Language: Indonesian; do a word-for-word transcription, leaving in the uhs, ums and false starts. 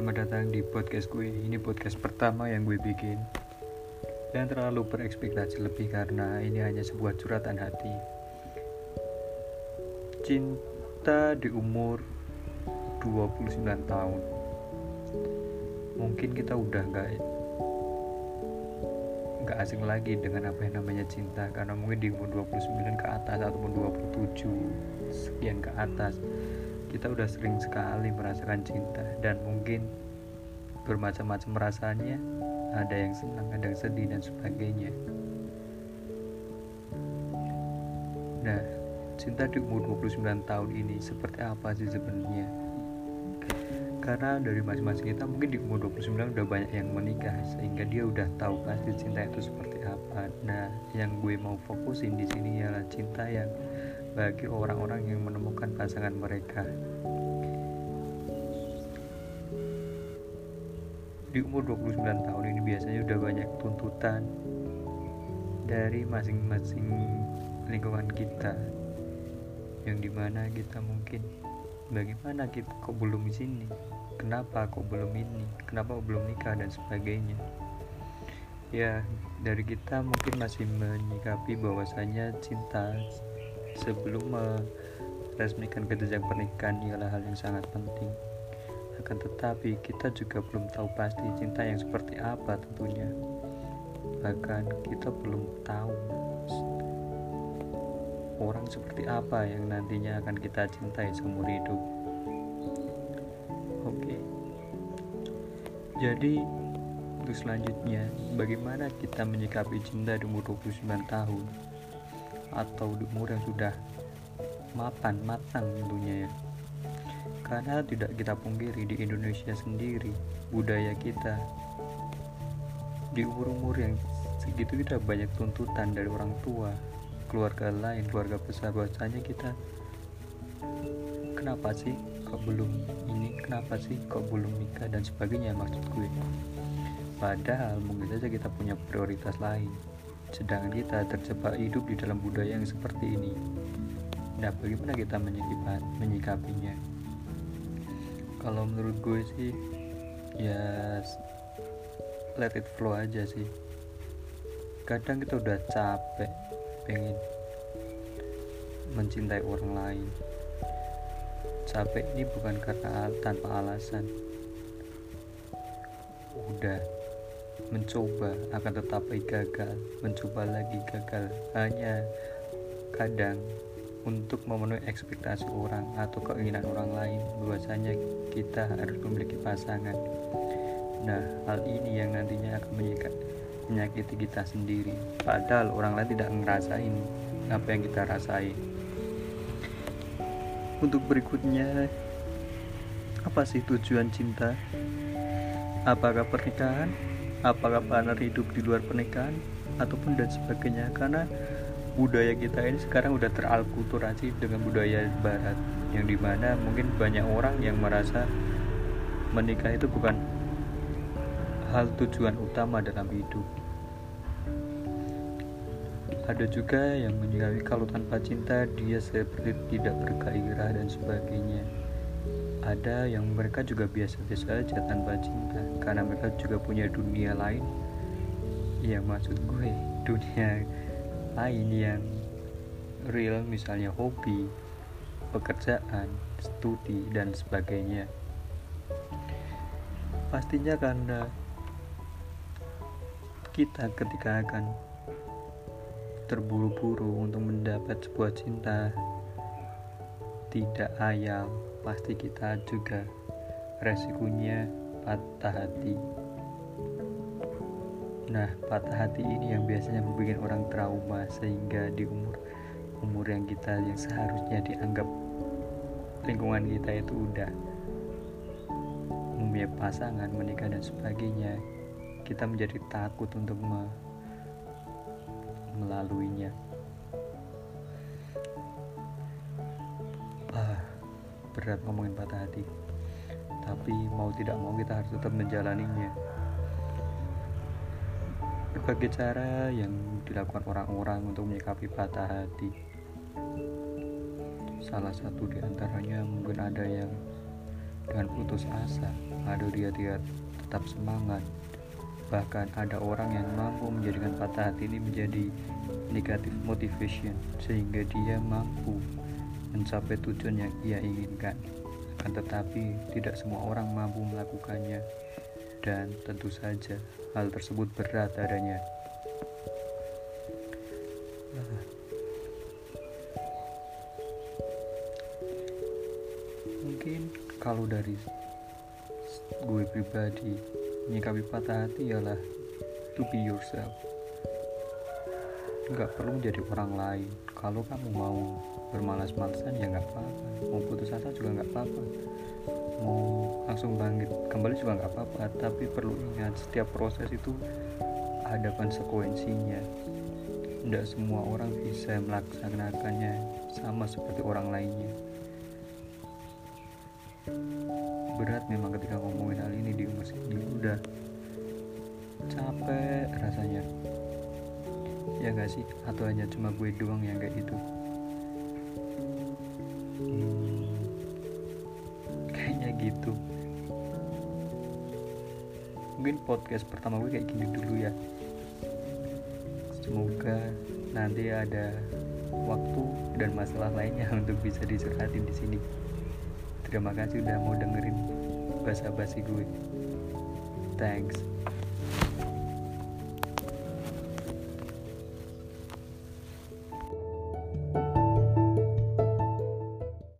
Selamat datang di podcast gue. Ini podcast pertama yang gue bikin. Jangan terlalu berekspektasi lebih karena ini hanya sebuah curhatan hati. Cinta di umur dua puluh sembilan tahun. Mungkin kita udah gak gak asing lagi dengan apa yang namanya cinta, karena mungkin di umur dua puluh sembilan ke atas ataupun dua puluh tujuh sekian ke atas kita udah sering sekali merasakan cinta, dan mungkin bermacam-macam rasanya, ada yang senang, ada yang sedih dan sebagainya. Nah, cinta di umur dua puluh sembilan tahun ini seperti apa sih sebenarnya? Karena dari masing-masing kita mungkin di umur dua puluh sembilan udah banyak yang menikah, sehingga dia udah tahu pasti cinta itu seperti apa. Nah, yang gue mau fokusin di sini ialah cinta yang bagi orang-orang yang menemukan pasangan mereka. Di umur dua puluh sembilan tahun ini biasanya udah banyak tuntutan dari masing-masing lingkungan kita, yang dimana kita mungkin, bagaimana kita kok belum di sini, kenapa kok belum ini, kenapa kok belum nikah dan sebagainya. Ya, dari kita mungkin masih menyikapi bahwasanya cinta sebelum meresmikan ke jenjang pernikahan ialah hal yang sangat penting. Akan tetapi kita juga belum tahu pasti cinta yang seperti apa tentunya. Bahkan kita belum tahu orang seperti apa yang nantinya akan kita cintai seumur hidup. Oke. Jadi untuk selanjutnya, bagaimana kita menyikapi cinta di umur dua puluh sembilan tahun atau di umur yang sudah mapan, matang tentunya ya. Karena tidak kita pungkiri, di Indonesia sendiri, budaya kita di umur-umur yang segitu kita banyak tuntutan dari orang tua, keluarga lain, keluarga besar, bahwasanya kita kenapa sih kok belum ini, kenapa sih kok belum nikah dan sebagainya, maksud gue. Padahal mungkin saja kita punya prioritas lain, sedangkan kita terjebak hidup di dalam budaya yang seperti ini. Nah, bagaimana kita menyikapinya? Kalau menurut gue sih, ya let it flow aja sih. Kadang kita udah capek pengen mencintai orang lain. Capek ini bukan karena tanpa alasan. Udah mencoba akan tetapi gagal, mencoba lagi gagal, hanya kadang untuk memenuhi ekspektasi orang atau keinginan orang lain bahwasanya kita harus memiliki pasangan. Nah, hal ini yang nantinya akan menyakiti kita sendiri, padahal orang lain tidak ngerasain apa yang kita rasain. Untuk berikutnya, apa sih tujuan cinta? Apakah pernikahan? Apakah partner hidup di luar pernikahan? Ataupun dan sebagainya. Karena budaya kita ini sekarang udah teralkulturasi dengan budaya barat, yang dimana mungkin banyak orang yang merasa menikah itu bukan hal tujuan utama dalam hidup. Ada juga yang menyikapi kalau tanpa cinta dia seperti tidak bergairah dan sebagainya. Ada yang mereka juga biasa-biasa saja tanpa cinta, karena mereka juga punya dunia lain. Ya, maksud gue dunia lain yang real, misalnya hobi, pekerjaan, studi dan sebagainya. Pastinya karena kita ketika akan terburu-buru untuk mendapat sebuah cinta tidak ayal, pasti kita juga resikonya patah hati. Nah, patah hati ini yang biasanya membuat orang trauma, sehingga di umur umur yang kita yang seharusnya dianggap lingkungan kita itu udah mempunyai pasangan, menikah dan sebagainya, kita menjadi takut untuk me- melaluinya. Ah, berat ngomongin patah hati, tapi mau tidak mau kita harus tetap menjalaninya. Berbagai cara yang dilakukan orang-orang untuk menyikapi patah hati. Salah satu di antaranya mungkin ada yang dengan putus asa, lalu dia dia tetap semangat. Bahkan ada orang yang mampu menjadikan patah hati ini menjadi negative motivation, sehingga dia mampu mencapai tujuan yang ia inginkan. Akan tetapi tidak semua orang mampu melakukannya, dan tentu saja hal tersebut berat adanya. Nah, mungkin kalau dari gue pribadi, menyikapi patah hati ialah to be yourself. Nggak perlu menjadi orang lain. Kalau kamu mau bermalas-malasan ya nggak apa-apa, mau putus asa juga nggak apa-apa, mau langsung bangkit kembali juga nggak apa-apa. Tapi perlu ingat, setiap proses itu ada konsekuensinya. Tidak semua orang bisa melaksanakannya sama seperti orang lainnya. Berat memang ketika ngomongin hal ini di umur segini, udah capek rasanya. Ya gak sih? Atau hanya cuma gue doang yang kayak gitu? Hmm, kayaknya gitu. Mungkin podcast pertama gue kayak gini dulu ya. Semoga nanti ada waktu dan masalah lainnya untuk bisa dicurhatin di sini. Terima kasih udah mau dengerin basa-basi gue. Thanks.